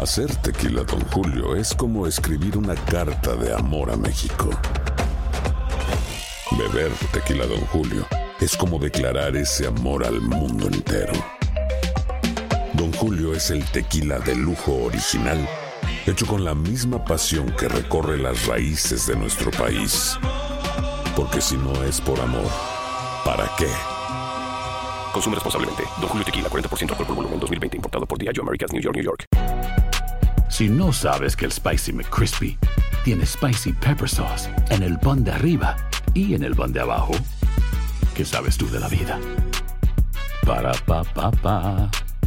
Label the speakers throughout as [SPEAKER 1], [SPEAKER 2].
[SPEAKER 1] Hacer tequila Don Julio es como escribir una carta de amor a México. Beber tequila Don Julio es como declarar ese amor al mundo entero. Don Julio es el tequila de lujo original, hecho con la misma pasión que recorre las raíces de nuestro país. Porque si no es por amor, ¿para qué?
[SPEAKER 2] Consume responsablemente. Don Julio Tequila, 40% alcohol por volumen, 2020. Importado por Diageo Americas, New York, New York.
[SPEAKER 3] Si no sabes que el Spicy McCrispy tiene Spicy Pepper Sauce en el pan de arriba y en el pan de abajo, ¿qué sabes tú de la vida? Para, pa, pa, pa.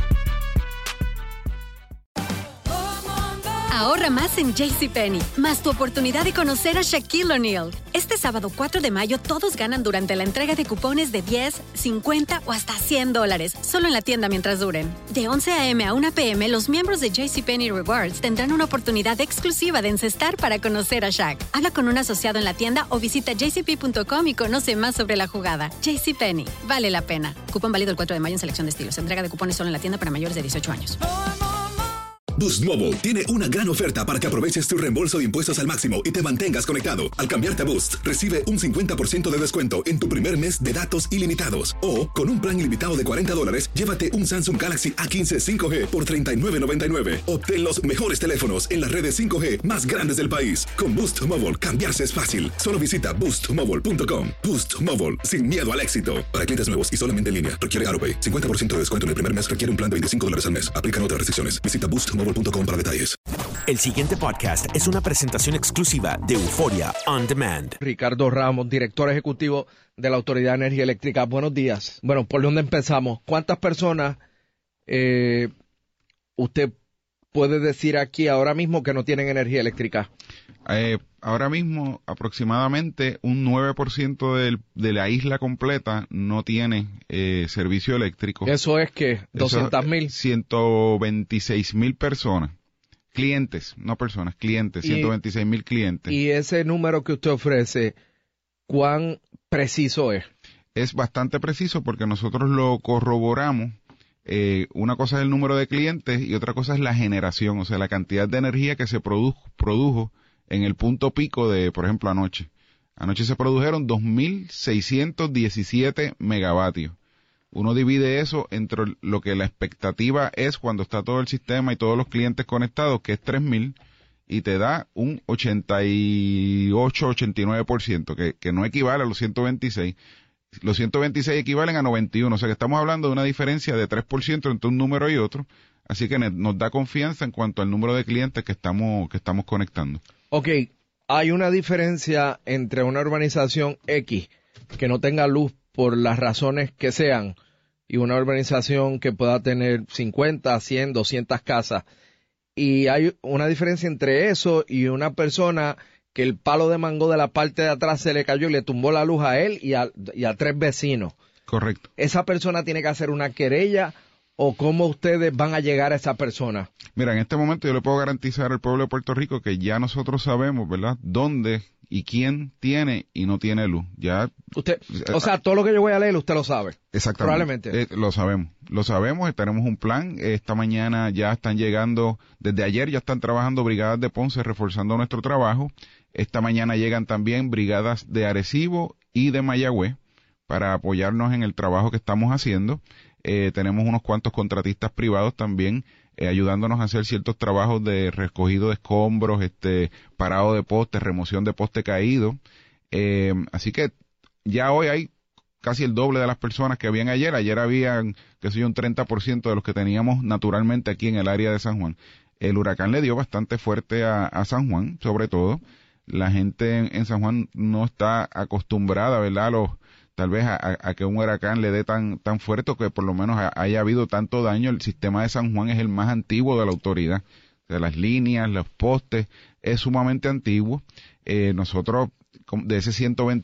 [SPEAKER 4] Ahorra más en JCPenney, más tu oportunidad de conocer a Shaquille O'Neal. Este sábado 4 de mayo todos ganan durante la entrega de cupones de 10, 50 o hasta $100, solo en la tienda mientras duren. De 11 a.m. a 1 p.m., los miembros de JCPenney Rewards tendrán una oportunidad exclusiva de encestar para conocer a Shaq. Habla con un asociado en la tienda o visita jcp.com y conoce más sobre la jugada. JCPenney, vale la pena. Cupón válido el 4 de mayo en selección de estilos. Entrega de cupones solo en la tienda para mayores de 18 años.
[SPEAKER 5] Boost Mobile tiene una gran oferta para que aproveches tu reembolso de impuestos al máximo y te mantengas conectado. Al cambiarte a Boost, recibe un 50% de descuento en tu primer mes de datos ilimitados. O, con un plan ilimitado de $40, llévate un Samsung Galaxy A15 5G por $39.99. Obtén los mejores teléfonos en las redes 5G más grandes del país. Con Boost Mobile, cambiarse es fácil. Solo visita boostmobile.com. Boost Mobile, sin miedo al éxito. Para clientes nuevos y solamente en línea, requiere AutoPay. 50% de descuento en el primer mes requiere un plan de $25 al mes. Aplican otras restricciones. Visita boostmobile.com para detalles.
[SPEAKER 6] El siguiente podcast es una presentación exclusiva de Euforia On Demand.
[SPEAKER 7] Ricardo Ramos, director ejecutivo de la Autoridad de Energía Eléctrica. Buenos días. Bueno, ¿por dónde empezamos? ¿Cuántas personas usted puede decir aquí ahora mismo que no tienen energía eléctrica?
[SPEAKER 8] Ahora mismo aproximadamente un 9% de la isla completa no tiene servicio eléctrico.
[SPEAKER 7] ¿Eso es que 200,000?
[SPEAKER 8] 126,000 personas. Clientes, no personas, clientes, 126,000 clientes.
[SPEAKER 7] ¿Y ese número que usted ofrece, cuán preciso es?
[SPEAKER 8] Es bastante preciso porque nosotros lo corroboramos. Una cosa es el número de clientes y otra cosa es la generación, o sea, la cantidad de energía que se produjo en el punto pico de, por ejemplo, anoche. Anoche se produjeron 2,617 megavatios. Uno divide eso entre lo que la expectativa es cuando está todo el sistema y todos los clientes conectados, que es 3,000, y te da un 88-89%, que no equivale a los 126. Los 126 equivalen a 91, o sea que estamos hablando de una diferencia de 3% entre un número y otro, así que nos da confianza en cuanto al número de clientes que estamos conectando.
[SPEAKER 7] Ok, hay una diferencia entre una urbanización X que no tenga luz por las razones que sean y una urbanización que pueda tener 50, 100, 200 casas, y hay una diferencia entre eso y una persona que el palo de mango de la parte de atrás se le cayó y le tumbó la luz a él y a 3 vecinos.
[SPEAKER 8] Correcto.
[SPEAKER 7] ¿Esa persona tiene que hacer una querella o cómo ustedes van a llegar a esa persona?
[SPEAKER 8] Mira, en este momento yo le puedo garantizar al pueblo de Puerto Rico que ya nosotros sabemos, ¿verdad?, dónde y quién tiene y no tiene luz. Ya.
[SPEAKER 7] Usted, o sea, todo lo que yo voy a leer usted lo sabe.
[SPEAKER 8] Exactamente. Probablemente. Lo sabemos, tenemos un plan. Esta mañana ya están llegando, desde ayer ya están trabajando brigadas de Ponce reforzando nuestro trabajo. Esta mañana llegan también brigadas de Arecibo y de Mayagüez para apoyarnos en el trabajo que estamos haciendo. Tenemos unos cuantos contratistas privados también ayudándonos a hacer ciertos trabajos de recogido de escombros, parado de postes, remoción de poste caído. Así que ya hoy hay casi el doble de las personas que habían ayer. Ayer habían, un 30% de los que teníamos naturalmente aquí en el área de San Juan. El huracán le dio bastante fuerte a San Juan, sobre todo. La gente en San Juan no está acostumbrada, ¿verdad?, tal vez a que un huracán le dé tan fuerte, que por lo menos haya habido tanto daño. El sistema de San Juan es el más antiguo de la autoridad. De las líneas, los postes, es sumamente antiguo. Nosotros, de esos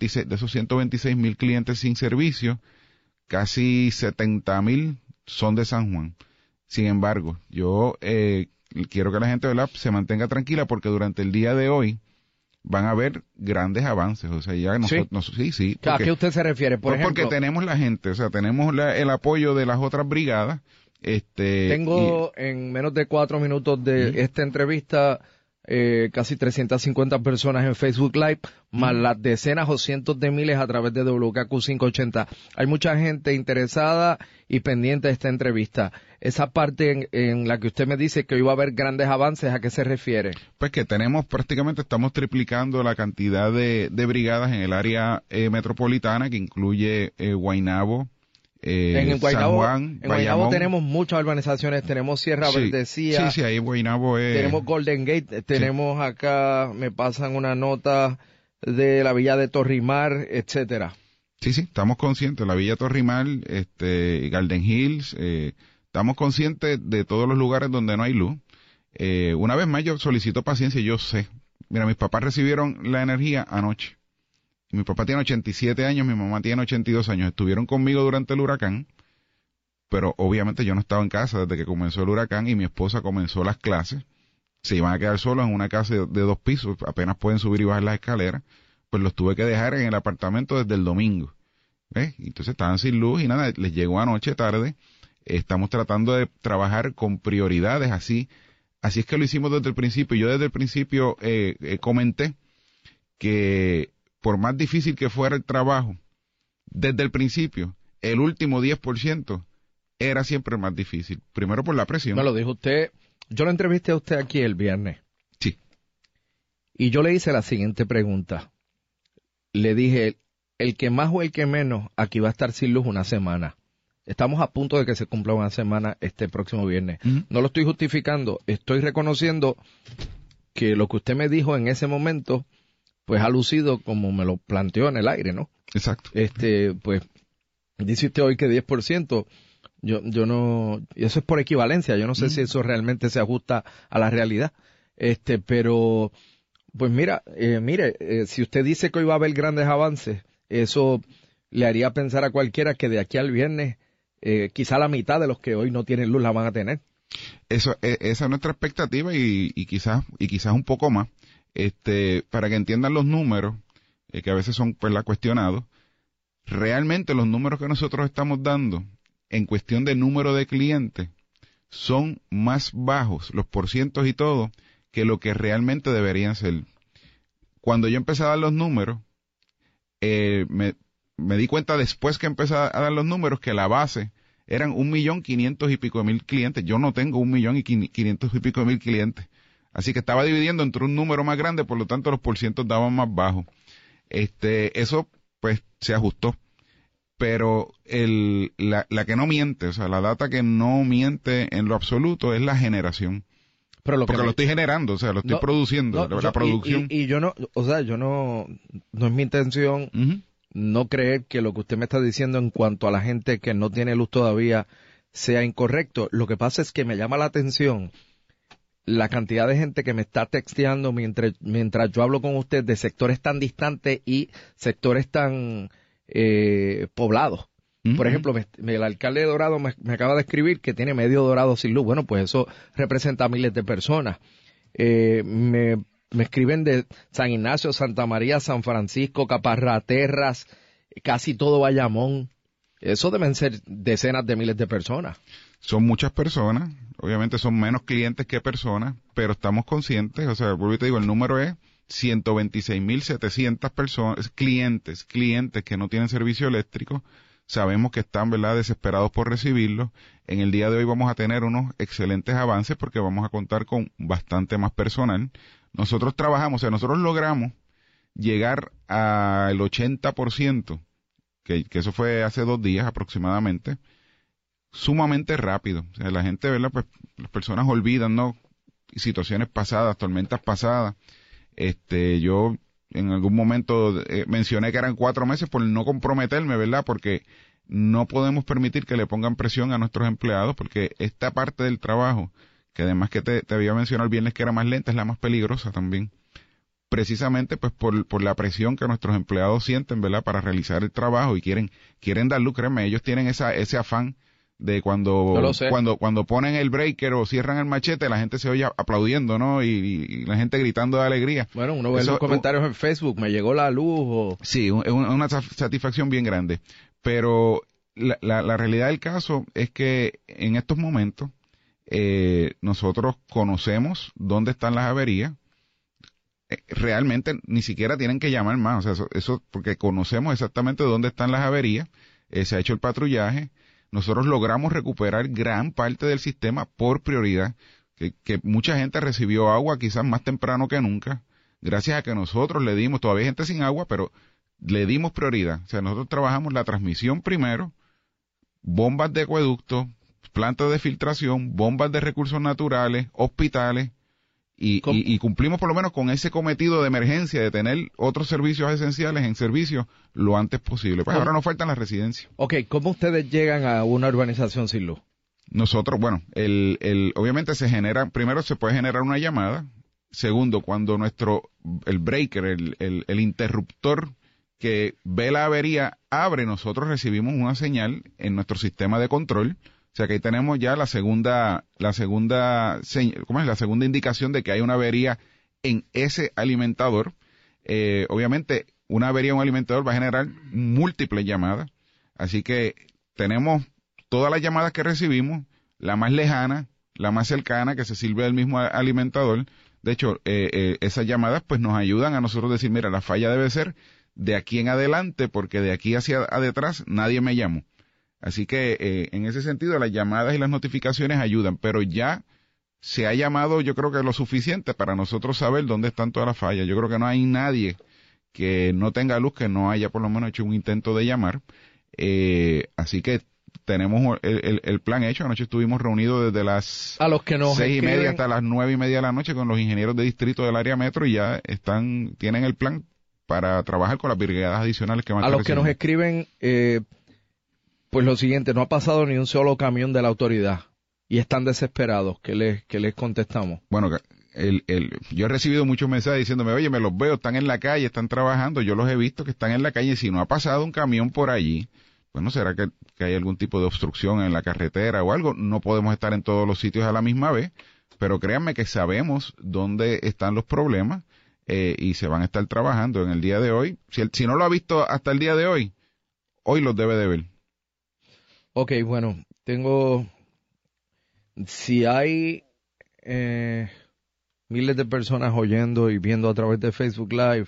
[SPEAKER 8] 126,000 clientes sin servicio, casi 70,000 son de San Juan. Sin embargo, yo quiero que la gente, ¿verdad?, se mantenga tranquila porque durante el día de hoy van a haber grandes avances, o sea, ya nosotros, sí.
[SPEAKER 7] ¿A qué usted se refiere, por ejemplo?
[SPEAKER 8] Porque tenemos la gente, o sea, tenemos el apoyo de las otras brigadas
[SPEAKER 7] Tengo en menos de 4 minutos de esta entrevista casi 350 personas en Facebook Live, más las decenas o cientos de miles a través de WKQ 580. Hay mucha gente interesada y pendiente de esta entrevista. Esa parte en la que usted me dice que iba a haber grandes avances, ¿a qué se refiere?
[SPEAKER 8] Pues que estamos triplicando la cantidad de brigadas en el área metropolitana, que incluye Guaynabo,
[SPEAKER 7] en
[SPEAKER 8] San Juan,
[SPEAKER 7] en Guaynabo tenemos muchas urbanizaciones, tenemos Sierra Verdecía,
[SPEAKER 8] ahí Guaynabo
[SPEAKER 7] tenemos Golden Gate, tenemos acá, me pasan una nota de la villa de Torrimar, etcétera.
[SPEAKER 8] Sí, estamos conscientes, la villa Torrimar, Garden Hills, estamos conscientes de todos los lugares donde no hay luz. Una vez más yo solicito paciencia, yo sé. Mira, mis papás recibieron la energía anoche. Mi papá tiene 87 años, mi mamá tiene 82 años. Estuvieron conmigo durante el huracán, pero obviamente yo no estaba en casa desde que comenzó el huracán y mi esposa comenzó las clases. Se iban a quedar solos en una casa de 2 pisos, apenas pueden subir y bajar las escaleras. Pues los tuve que dejar en el apartamento desde el domingo. Entonces estaban sin luz y nada, les llegó anoche tarde. Estamos tratando de trabajar con prioridades, así es que lo hicimos desde el principio. Yo desde el principio comenté que por más difícil que fuera el trabajo, desde el principio, el último 10% era siempre más difícil. Primero por la presión.
[SPEAKER 7] Me lo dijo usted, yo lo entrevisté a usted aquí el viernes.
[SPEAKER 8] Sí.
[SPEAKER 7] Y yo le hice la siguiente pregunta. Le dije, el que más o el que menos, aquí va a estar sin luz una semana. Estamos a punto de que se cumpla una semana este próximo viernes. No lo estoy justificando, estoy reconociendo que lo que usted me dijo en ese momento, pues ha lucido como me lo planteó en el aire, ¿no?
[SPEAKER 8] Exacto.
[SPEAKER 7] Pues dice usted hoy que 10%, yo no, y eso es por equivalencia, yo no sé si eso realmente se ajusta a la realidad. Pero pues mire, si usted dice que hoy va a haber grandes avances, eso le haría pensar a cualquiera que de aquí al viernes quizá la mitad de los que hoy no tienen luz la van a tener.
[SPEAKER 8] Esa es nuestra expectativa y quizás un poco más. Para que entiendan los números, que a veces son cuestionados, realmente los números que nosotros estamos dando en cuestión de número de clientes son más bajos, los porcientos y todo, que lo que realmente deberían ser. Cuando yo empecé a dar los números, me di cuenta después que empecé a dar los números que la base eran 1.500.000 y pico clientes. Yo no tengo 1.500.000 y pico clientes. Así que estaba dividiendo entre un número más grande, por lo tanto los porcientos daban más bajos. Eso pues se ajustó. Pero la que no miente, o sea, la data que no miente en lo absoluto es la generación. Porque lo estoy generando, o sea, lo estoy produciendo, la producción.
[SPEAKER 7] Y yo no, o sea, no es mi intención no creer que lo que usted me está diciendo en cuanto a la gente que no tiene luz todavía sea incorrecto. Lo que pasa es que me llama la atención la cantidad de gente que me está texteando mientras yo hablo con usted de sectores tan distantes y sectores tan poblados. Por ejemplo, el alcalde de Dorado me acaba de escribir que tiene medio Dorado sin luz. Bueno, pues eso representa a miles de personas. Me escriben de San Ignacio, Santa María, San Francisco, Caparraterras, casi todo Bayamón. Eso deben ser decenas de miles de personas.
[SPEAKER 8] Son muchas personas, obviamente son menos clientes que personas, pero estamos conscientes, o sea, vuelvo y te digo, el número es 126.700 personas, clientes que no tienen servicio eléctrico. Sabemos que están, ¿verdad?, desesperados por recibirlo. En el día de hoy vamos a tener unos excelentes avances porque vamos a contar con bastante más personal. Nosotros trabajamos, o sea, nosotros logramos llegar al 80%, que eso fue hace 2 días aproximadamente, sumamente rápido. O sea, la gente, ¿verdad?, pues las personas olvidan, ¿no?, situaciones pasadas, tormentas pasadas. Yo en algún momento mencioné que eran 4 meses por no comprometerme, ¿verdad? Porque no podemos permitir que le pongan presión a nuestros empleados, porque esta parte del trabajo, que además que te había mencionado el viernes que era más lenta, es la más peligrosa también. Precisamente pues por la presión que nuestros empleados sienten, ¿verdad?, para realizar el trabajo y quieren dar luz, créeme, ellos tienen ese afán de cuando ponen el breaker o cierran el machete, la gente se oye aplaudiendo, ¿no? Y la gente gritando de alegría.
[SPEAKER 7] Bueno, uno ve los comentarios en Facebook, me llegó la luz.
[SPEAKER 8] Sí, es una satisfacción bien grande. Pero la realidad del caso es que en estos momentos nosotros conocemos dónde están las averías. Realmente ni siquiera tienen que llamar más, o sea, eso porque conocemos exactamente dónde están las averías, se ha hecho el patrullaje, nosotros logramos recuperar gran parte del sistema por prioridad, que mucha gente recibió agua quizás más temprano que nunca, gracias a que nosotros le dimos, todavía hay gente sin agua, pero le dimos prioridad, o sea, nosotros trabajamos la transmisión primero, bombas de acueducto, plantas de filtración, bombas de recursos naturales, hospitales, y cumplimos por lo menos con ese cometido de emergencia de tener otros servicios esenciales en servicio lo antes posible. Pues ahora nos faltan las residencias.
[SPEAKER 7] Ok, ¿cómo ustedes llegan a una urbanización sin luz?
[SPEAKER 8] Nosotros, bueno, obviamente primero se puede generar una llamada. Segundo, cuando el breaker, el interruptor que ve la avería abre, nosotros recibimos una señal en nuestro sistema de control. O sea que ahí tenemos ya la segunda indicación de que hay una avería en ese alimentador. Obviamente, una avería en un alimentador va a generar múltiples llamadas. Así que tenemos todas las llamadas que recibimos, la más lejana, la más cercana, que se sirve del mismo alimentador. De hecho, esas llamadas pues nos ayudan a nosotros decir, mira, la falla debe ser de aquí en adelante, porque de aquí hacia detrás nadie me llamó. Así que en ese sentido las llamadas y las notificaciones ayudan, pero ya se ha llamado yo creo que lo suficiente para nosotros saber dónde están todas las fallas. Yo creo que no hay nadie que no tenga luz que no haya por lo menos hecho un intento de llamar. Así que tenemos el plan hecho. Anoche estuvimos reunidos desde las 6:30 hasta las 9:30 de la noche con los ingenieros de distrito del área metro y ya tienen el plan para trabajar con las brigadas adicionales que van a
[SPEAKER 7] los que nos escriben... Pues lo siguiente, no ha pasado ni un solo camión de la autoridad y están desesperados. ¿Qué les contestamos?
[SPEAKER 8] Bueno, yo he recibido muchos mensajes diciéndome, oye, me los veo, están en la calle, están trabajando, yo los he visto que están en la calle. Si no ha pasado un camión por allí, bueno, ¿será que hay algún tipo de obstrucción en la carretera o algo? No podemos estar en todos los sitios a la misma vez, pero créanme que sabemos dónde están los problemas y se van a estar trabajando en el día de hoy. Si no lo ha visto hasta el día de hoy los debe de ver.
[SPEAKER 7] Ok, bueno, si hay miles de personas oyendo y viendo a través de Facebook Live,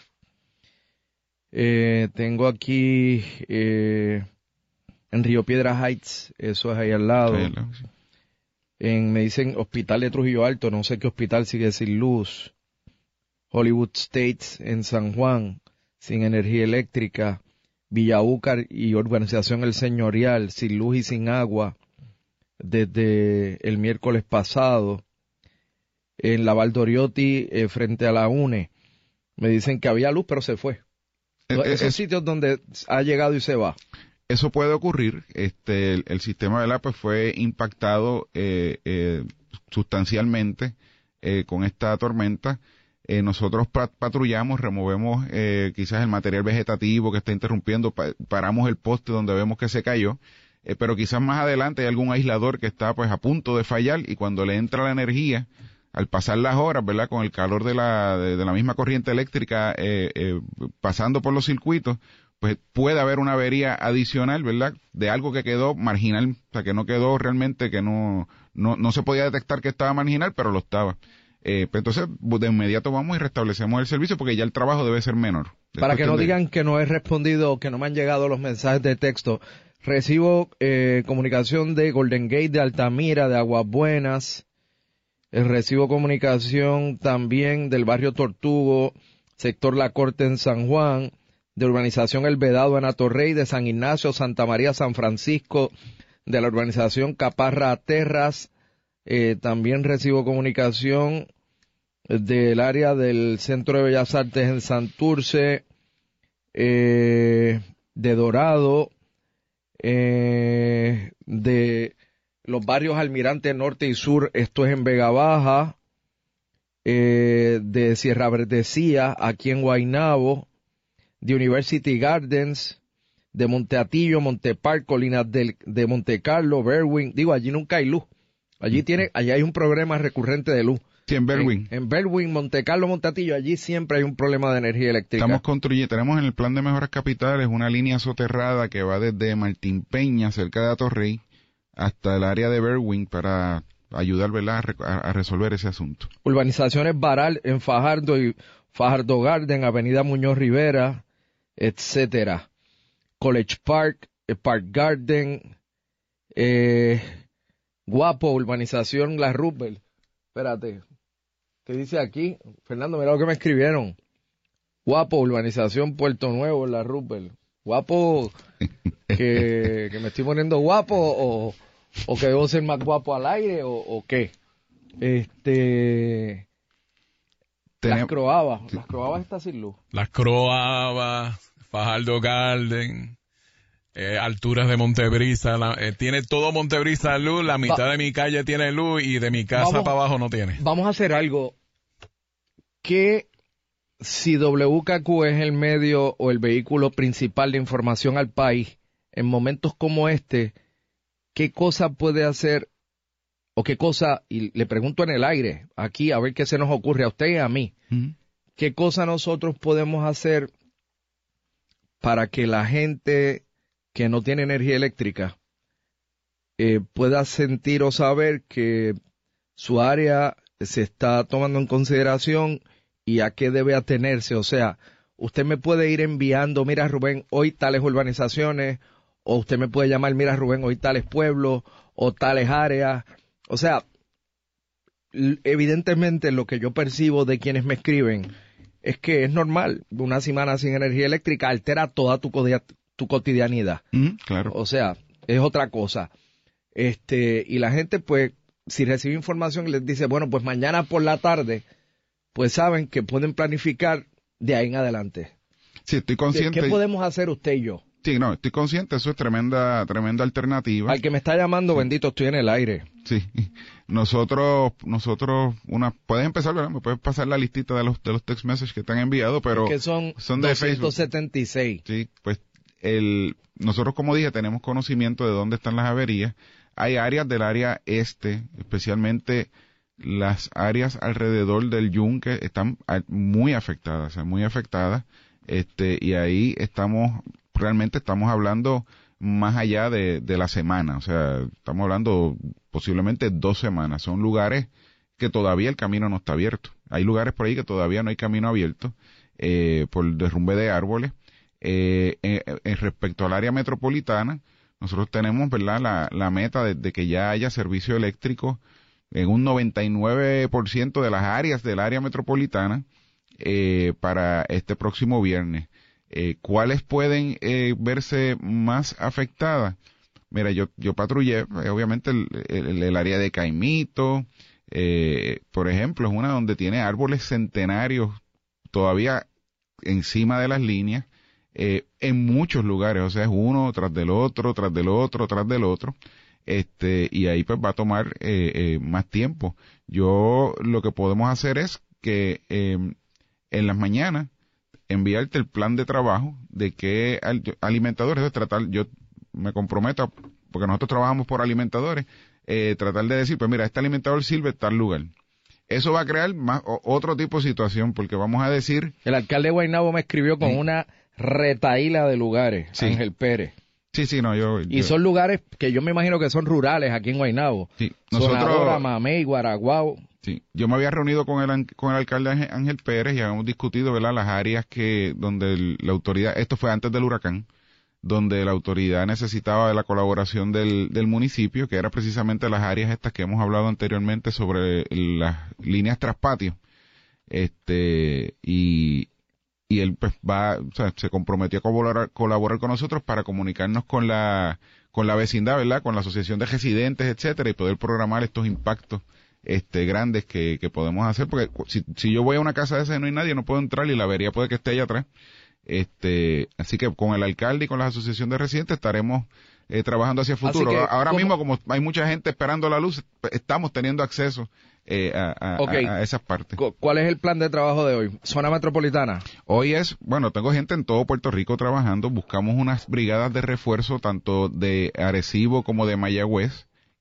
[SPEAKER 7] tengo aquí en Río Piedras Heights, eso es ahí al lado. Sí. Me dicen Hospital de Trujillo Alto, no sé qué hospital sigue sin luz. Hollywood States en San Juan, sin energía eléctrica. Villaúcar y Urbanización El Señorial, sin luz y sin agua, desde el miércoles pasado. En la Valdoriotti, frente a la UNE, me dicen que había luz, pero se fue. Esos sitios donde ha llegado y se va.
[SPEAKER 8] Eso puede ocurrir. El sistema de la pues fue impactado sustancialmente con esta tormenta. Nosotros patrullamos, removemos quizás el material vegetativo que está interrumpiendo, paramos el poste donde vemos que se cayó, pero quizás más adelante hay algún aislador que está pues a punto de fallar y cuando le entra la energía, al pasar las horas, ¿verdad? Con el calor de la misma corriente eléctrica pasando por los circuitos, pues puede haber una avería adicional, ¿verdad? De algo que quedó marginal, o sea que no quedó realmente, que no se podía detectar que estaba marginal, pero lo estaba. Entonces, de inmediato vamos y restablecemos el servicio porque ya el trabajo debe ser menor.
[SPEAKER 7] Para que no digan que no he respondido, que no me han llegado los mensajes de texto, recibo comunicación de Golden Gate, de Altamira, de Aguas Buenas, recibo comunicación también del barrio Tortugo, sector La Corte en San Juan, de urbanización El Vedado en Atorrey, de San Ignacio, Santa María, San Francisco, de la urbanización Caparra Terras. También recibo comunicación del área del Centro de Bellas Artes en Santurce, de Dorado, de los barrios Almirante Norte y Sur, esto es en Vega Baja, de Sierra Verdecía, aquí en Guaynabo, de University Gardens, de Monteatillo, Montepark, Colinas de Monte Carlo, Berwyn, allí nunca hay luz. Allí hay un problema recurrente de luz.
[SPEAKER 8] Sí, en Berwyn.
[SPEAKER 7] En Berwyn, Montecarlo, Montatillo, allí siempre hay un problema de energía eléctrica.
[SPEAKER 8] Tenemos en el plan de mejoras capitales una línea soterrada que va desde Martín Peña, cerca de Atorrey, hasta el área de Berwyn para ayudar, ¿verdad?, a resolver ese asunto.
[SPEAKER 7] Urbanizaciones Baral en Fajardo y Fajardo Garden, Avenida Muñoz Rivera, etcétera. College Park, Park Garden, Guapo, urbanización La Rupert. Espérate, ¿qué dice aquí? Fernando, mira lo que me escribieron. Guapo, urbanización Puerto Nuevo, La Rupert. Guapo, que me estoy poniendo guapo o que debo ser más guapo al aire o qué. Las Croabas está sin luz.
[SPEAKER 9] Las Croabas, Fajardo Garden, alturas de Montebrisa, tiene todo Montebrisa luz, la mitad de mi calle tiene luz y de mi casa para abajo no tiene.
[SPEAKER 7] Vamos a hacer algo. Que si WKQ es el medio o el vehículo principal de información al país, en momentos como este, ¿qué cosa puede hacer o qué cosa, y le pregunto en el aire, aquí a ver qué se nos ocurre a usted y a mí, qué cosa nosotros podemos hacer para que la gente que no tiene energía eléctrica pueda sentir o saber que su área se está tomando en consideración y a qué debe atenerse? O sea, usted me puede ir enviando, mira Rubén, hoy tales urbanizaciones, o usted me puede llamar, mira Rubén, hoy tales pueblos, o tales áreas. O sea, evidentemente lo que yo percibo de quienes me escriben es que es normal, una semana sin energía eléctrica altera toda tu cotidianidad.
[SPEAKER 8] Claro.
[SPEAKER 7] O sea, es otra cosa. Y la gente, pues, si recibe información y les dice, bueno, pues mañana por la tarde, pues saben que pueden planificar de ahí en adelante.
[SPEAKER 8] Sí, estoy consciente.
[SPEAKER 7] ¿Qué podemos hacer usted y yo?
[SPEAKER 8] Sí, no, estoy consciente, eso es tremenda alternativa.
[SPEAKER 7] Al que me está llamando, bendito, estoy en el aire.
[SPEAKER 8] Sí, nosotros, puedes empezar, ¿verdad? Me puedes pasar la listita de los text messages que te han enviado, pero
[SPEAKER 7] que son
[SPEAKER 8] de
[SPEAKER 7] 276.
[SPEAKER 8] Facebook. Sí, pues nosotros, como dije, tenemos conocimiento de dónde están las averías. Hay áreas del área este, especialmente las áreas alrededor del Yunque están muy afectadas, y ahí realmente estamos hablando más allá de la semana, o sea, estamos hablando posiblemente 2 semanas. Son lugares que todavía el camino no está abierto. Hay lugares por ahí que todavía no hay camino abierto por el derrumbe de árboles. Respecto al área metropolitana, nosotros tenemos, ¿verdad?, la meta de que ya haya servicio eléctrico en un 99% de las áreas del área metropolitana para este próximo viernes. ¿Cuáles pueden verse más afectadas? Mira, yo patrullé, obviamente el área de Caimito, por ejemplo, es una donde tiene árboles centenarios todavía encima de las líneas, en muchos lugares, o sea, es uno tras del otro, tras del otro, tras del otro, y ahí pues va a tomar más tiempo. Lo que podemos hacer es que en las mañanas enviarte el plan de trabajo de qué alimentadores, yo me comprometo, porque nosotros trabajamos por alimentadores, tratar de decir, pues mira, este alimentador sirve en tal lugar. Eso va a crear otro tipo de situación, porque vamos a decir...
[SPEAKER 7] El alcalde de Guaynabo me escribió con una retaíla de lugares,
[SPEAKER 8] sí.
[SPEAKER 7] Ángel Pérez.
[SPEAKER 8] Sí, no,
[SPEAKER 7] y son lugares que yo me imagino que son rurales aquí en Guaynabo.
[SPEAKER 8] Sí,
[SPEAKER 7] Sonadora, Mamey, Guaraguao.
[SPEAKER 8] Sí, yo me había reunido con el alcalde Ángel Pérez y habíamos discutido, ¿verdad?, las áreas donde la autoridad, esto fue antes del huracán, donde la autoridad necesitaba de la colaboración del municipio, que era precisamente las áreas estas que hemos hablado anteriormente sobre las líneas traspatio. Y él pues se comprometió a colaborar con nosotros para comunicarnos con la vecindad, ¿verdad?, con la asociación de residentes, etcétera, y poder programar estos impactos grandes que podemos hacer, porque si yo voy a una casa de esa y no hay nadie, no puedo entrar y la avería puede que esté allá atrás. Así que con el alcalde y con la asociación de residentes estaremos trabajando hacia el futuro. Ahora mismo, como hay mucha gente esperando la luz, estamos teniendo acceso a esas partes.
[SPEAKER 7] ¿Cuál es el plan de trabajo de hoy? ¿Zona metropolitana?
[SPEAKER 8] Hoy tengo gente en todo Puerto Rico trabajando. Buscamos unas brigadas de refuerzo tanto de Arecibo como de Mayagüez,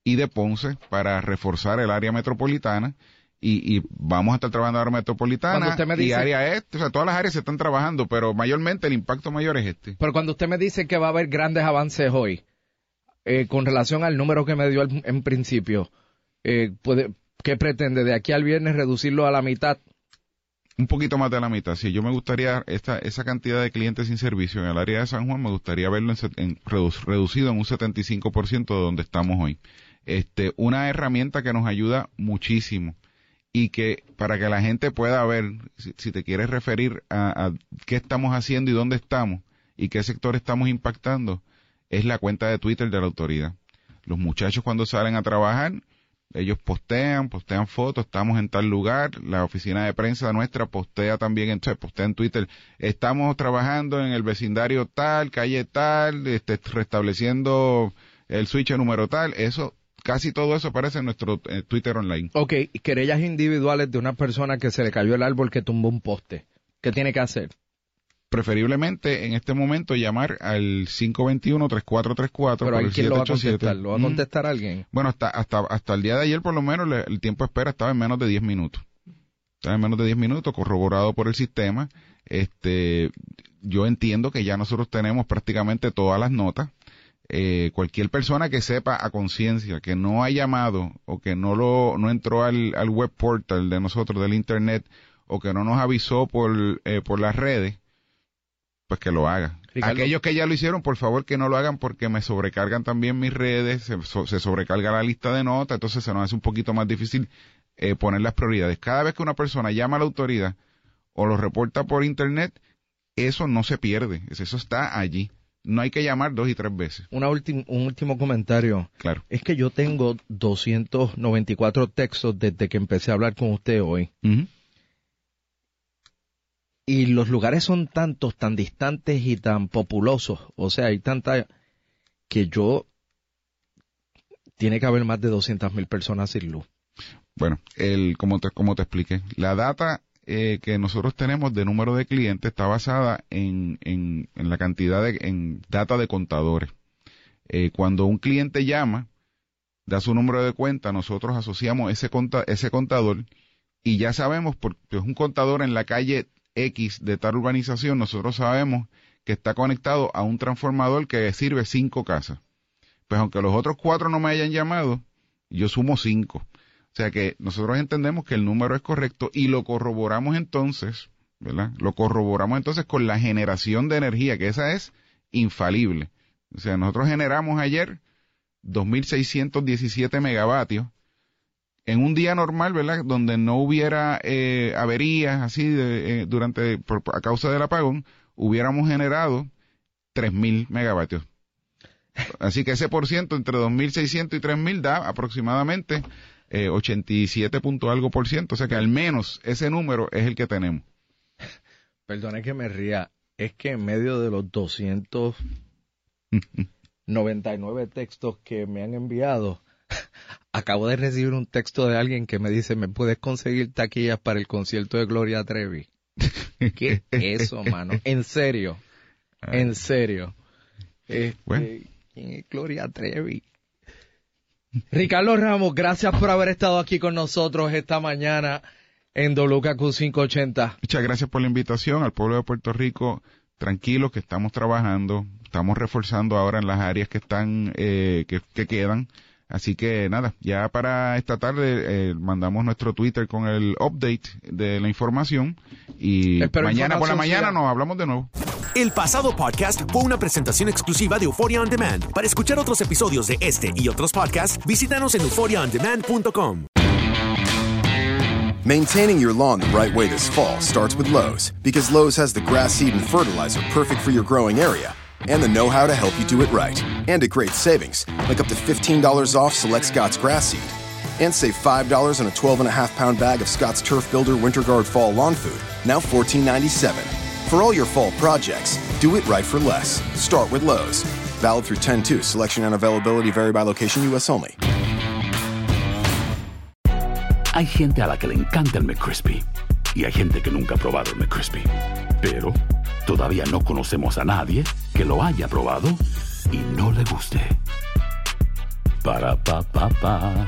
[SPEAKER 8] y de Ponce para reforzar el área metropolitana. Y vamos a estar trabajando en la área metropolitana y área este. O sea, todas las áreas se están trabajando, pero mayormente el impacto mayor es este.
[SPEAKER 7] Pero cuando usted me dice que va a haber grandes avances hoy, con relación al número que me dio en principio, ¿qué pretende? ¿De aquí al viernes reducirlo a la mitad?
[SPEAKER 8] Un poquito más de la mitad. Sí, yo me gustaría esa cantidad de clientes sin servicio en el área de San Juan, me gustaría verlo reducido en un 75% de donde estamos hoy. Una herramienta que nos ayuda muchísimo y que para que la gente pueda ver, si te quieres referir a qué estamos haciendo y dónde estamos y qué sector estamos impactando, es la cuenta de Twitter de la autoridad. Los muchachos cuando salen a trabajar, ellos postean fotos, estamos en tal lugar, la oficina de prensa nuestra postea también, postea en Twitter, estamos trabajando en el vecindario tal, calle tal, restableciendo el switch número tal, eso, casi todo eso aparece en nuestro Twitter online. Ok,
[SPEAKER 7] querellas individuales de una persona que se le cayó el árbol que tumbó un poste, ¿qué tiene que hacer?
[SPEAKER 8] Preferiblemente en este momento llamar al 521-3434.
[SPEAKER 7] Pero ahí quién lo va a contestar, ¿lo va a contestar alguien?
[SPEAKER 8] Bueno, hasta el día de ayer por lo menos el tiempo de espera estaba en menos de 10 minutos. Estaba en menos de 10 minutos, corroborado por el sistema. Yo entiendo que ya nosotros tenemos prácticamente todas las notas. Cualquier persona que sepa a conciencia que no ha llamado o que no entró al web portal de nosotros, del internet, o que no nos avisó por las redes, pues que lo haga. Ricardo. Aquellos que ya lo hicieron, por favor que no lo hagan porque me sobrecargan también mis redes, se sobrecarga la lista de notas, entonces se nos hace un poquito más difícil poner las prioridades. Cada vez que una persona llama a la autoridad o lo reporta por internet, eso no se pierde, eso está allí. No hay que llamar 2 y 3 veces. Un
[SPEAKER 7] último comentario.
[SPEAKER 8] Claro.
[SPEAKER 7] Es que yo tengo 294 textos desde que empecé a hablar con usted hoy.
[SPEAKER 8] Uh-huh.
[SPEAKER 7] Y los lugares son tantos, tan distantes y tan populosos. O sea, hay tanta que tiene que haber más de 200,000 personas sin luz.
[SPEAKER 8] Bueno, como te expliqué, la data que nosotros tenemos de número de clientes está basada en la cantidad en data de contadores. Cuando un cliente llama, da su número de cuenta, nosotros asociamos ese contador y ya sabemos, porque es un contador en la calle X de tal urbanización, nosotros sabemos que está conectado a un transformador que sirve 5 casas. Pues aunque los otros 4 no me hayan llamado, yo sumo 5. O sea que nosotros entendemos que el número es correcto y lo corroboramos entonces, ¿verdad? Lo corroboramos entonces con la generación de energía, que esa es infalible. O sea, nosotros generamos ayer 2.617 megavatios en un día normal, ¿verdad? Donde no hubiera averías así a causa del apagón, hubiéramos generado 3.000 megavatios. Así que ese % entre 2.600 y 3.000 da aproximadamente 87 punto algo %. O sea que al menos ese número es el que tenemos.
[SPEAKER 7] Perdone que me ría. Es que en medio de los 299 textos que me han enviado, acabo de recibir un texto de alguien que me dice, ¿me puedes conseguir taquillas para el concierto de Gloria Trevi? ¿Qué es eso, mano? En serio. En serio. ¿Quién es Gloria Trevi? Ricardo Ramos, gracias por haber estado aquí con nosotros esta mañana en WKQ 580.
[SPEAKER 8] Muchas gracias por la invitación al pueblo de Puerto Rico. Tranquilos que estamos trabajando, estamos reforzando ahora en las áreas que están, que quedan. Así que nada, ya para esta tarde mandamos nuestro Twitter con el update de la información y mañana por la mañana nos hablamos de nuevo.
[SPEAKER 6] El pasado podcast fue una presentación exclusiva de Euphoria On Demand. Para escuchar otros episodios de este y otros podcasts, visítanos en euphoriaondemand.com.
[SPEAKER 10] Maintaining your lawn the right way this fall starts with Lowe's, because Lowe's has the grass seed and fertilizer perfect for your growing area, and the know-how to help you do it right. And at great savings, like up to $15 off select Scott's grass seed. And save $5 on a 12.5-pound bag of Scott's Turf Builder Winter Guard Fall Lawn Food, now $14.97. For all your fall projects, do it right for less. Start with Lowe's. Valid through 10/2. Selection and availability vary by location, U.S. only.
[SPEAKER 3] Hay gente a la que le encanta el McCrispy y hay gente que nunca ha probado el McCrispy. Pero todavía no conocemos a nadie que lo haya probado y no le guste. Para, pa, pa, pa.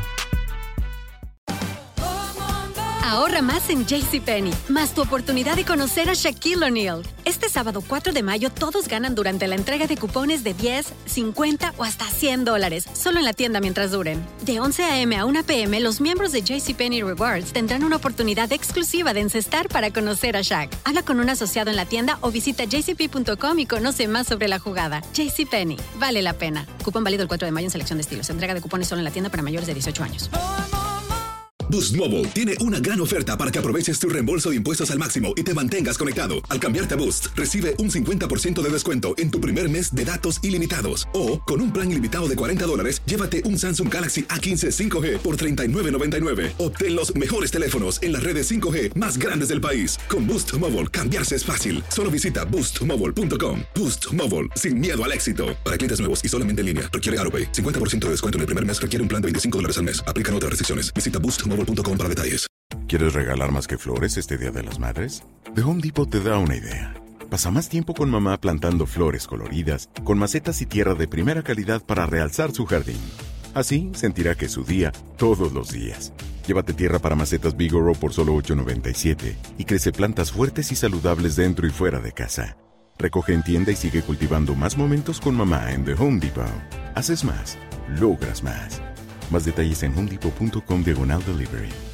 [SPEAKER 4] Ahorra más en JCPenney, más tu oportunidad de conocer a Shaquille O'Neal. Este sábado 4 de mayo todos ganan durante la entrega de cupones de 10, 50 o hasta $100, solo en la tienda mientras duren. De 11 a.m. a 1 p.m., los miembros de JCPenney Rewards tendrán una oportunidad exclusiva de encestar para conocer a Shaq. Habla con un asociado en la tienda o visita jcp.com y conoce más sobre la jugada. JCPenney, vale la pena. Cupón válido el 4 de mayo en selección de estilos. Entrega de cupones solo en la tienda para mayores de 18 años.
[SPEAKER 5] Boost Mobile tiene una gran oferta para que aproveches tu reembolso de impuestos al máximo y te mantengas conectado. Al cambiarte a Boost, recibe un 50% de descuento en tu primer mes de datos ilimitados. O, con un plan ilimitado de $40, llévate un Samsung Galaxy A15 5G por $39.99. Obtén los mejores teléfonos en las redes 5G más grandes del país. Con Boost Mobile, cambiarse es fácil. Solo visita boostmobile.com. Boost Mobile, sin miedo al éxito. Para clientes nuevos y solamente en línea, requiere AroPay. 50% de descuento en el primer mes requiere un plan de $25 al mes. Aplican otras restricciones. Visita boostmobile.com para detalles.
[SPEAKER 11] ¿Quieres regalar más que flores este Día de las Madres? The Home Depot te da una idea. Pasa más tiempo con mamá plantando flores coloridas, con macetas y tierra de primera calidad para realzar su jardín. Así sentirá que es su día todos los días. Llévate tierra para macetas Bigoro por solo $8.97 y crece plantas fuertes y saludables dentro y fuera de casa. Recoge en tienda y sigue cultivando más momentos con mamá en The Home Depot. Haces más, logras más. Más detalles en homedepot.com/delivery.